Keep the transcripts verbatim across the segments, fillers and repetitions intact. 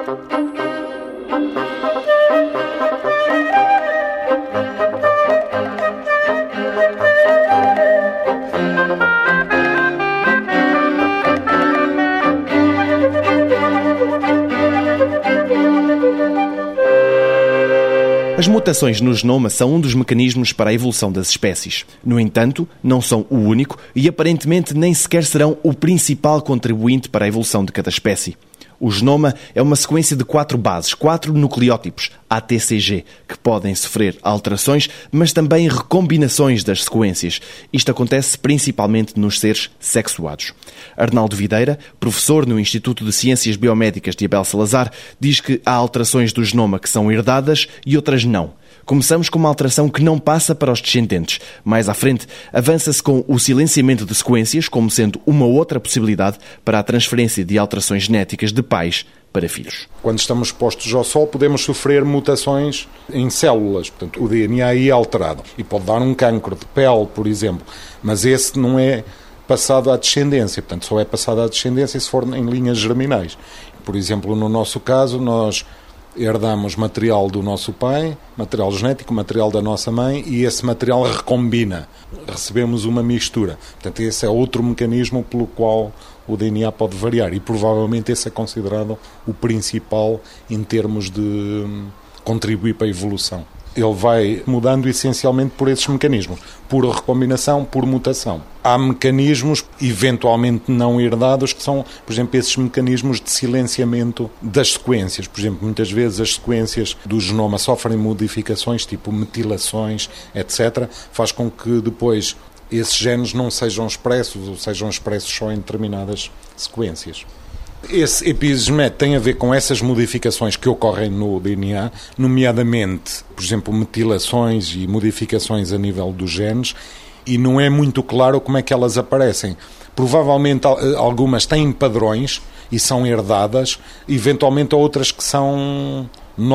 As mutações no genoma são um dos mecanismos para a evolução das espécies. No entanto, não são o único e aparentemente nem sequer serão o principal contribuinte para a evolução de cada espécie. O genoma é uma sequência de quatro bases, quatro nucleótipos, A T C G, que podem sofrer alterações, mas também recombinações das sequências. Isto acontece principalmente nos seres sexuados. Arnaldo Videira, professor no Instituto de Ciências Biomédicas de Abel Salazar, diz que há alterações do genoma que são herdadas e outras não. Começamos com uma alteração que não passa para os descendentes. Mais à frente, avança-se com o silenciamento de sequências como sendo uma outra possibilidade para a transferência de alterações genéticas de pais para filhos. Quando estamos expostos ao sol, podemos sofrer mutações em células. Portanto, o D N A é alterado e pode dar um cancro de pele, por exemplo. Mas esse não é passado à descendência. Portanto, só é passado à descendência se for em linhas germinais. Por exemplo, no nosso caso, nós herdamos material do nosso pai, material genético, material da nossa mãe, e esse material recombina. Recebemos uma mistura. Portanto, esse é outro mecanismo pelo qual o D N A pode variar e provavelmente esse é considerado o principal em termos de contribuir para a evolução. Ele vai mudando essencialmente por esses mecanismos, por recombinação, por mutação. Há mecanismos eventualmente não herdados que são, por exemplo, esses mecanismos de silenciamento das sequências. Por exemplo, muitas vezes as sequências do genoma sofrem modificações, tipo metilações, etcétera, faz com que depois esses genes não sejam expressos ou sejam expressos só em determinadas sequências. Esse epigenético tem a ver com essas modificações que ocorrem no D N A, nomeadamente, por exemplo, metilações e modificações a nível dos genes, e não é muito claro como é que elas aparecem. Provavelmente algumas têm padrões e são herdadas, eventualmente outras que são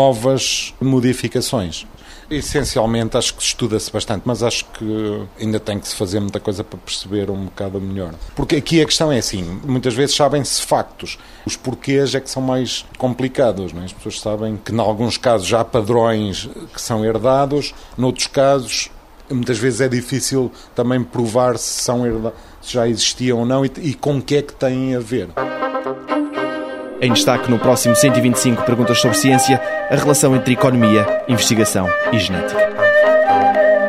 novas modificações. Essencialmente acho que estuda-se bastante, mas acho que ainda tem que se fazer muita coisa para perceber um bocado melhor. Porque aqui a questão é assim, muitas vezes sabem-se factos, os porquês é que são mais complicados, não é? As pessoas sabem que em alguns casos já há padrões que são herdados, noutros casos muitas vezes é difícil também provar se, são herdados, se já existiam ou não e, e com o que é que têm a ver. Em destaque no próximo cento e vinte e cinco Perguntas sobre Ciência, a relação entre economia, investigação e genética.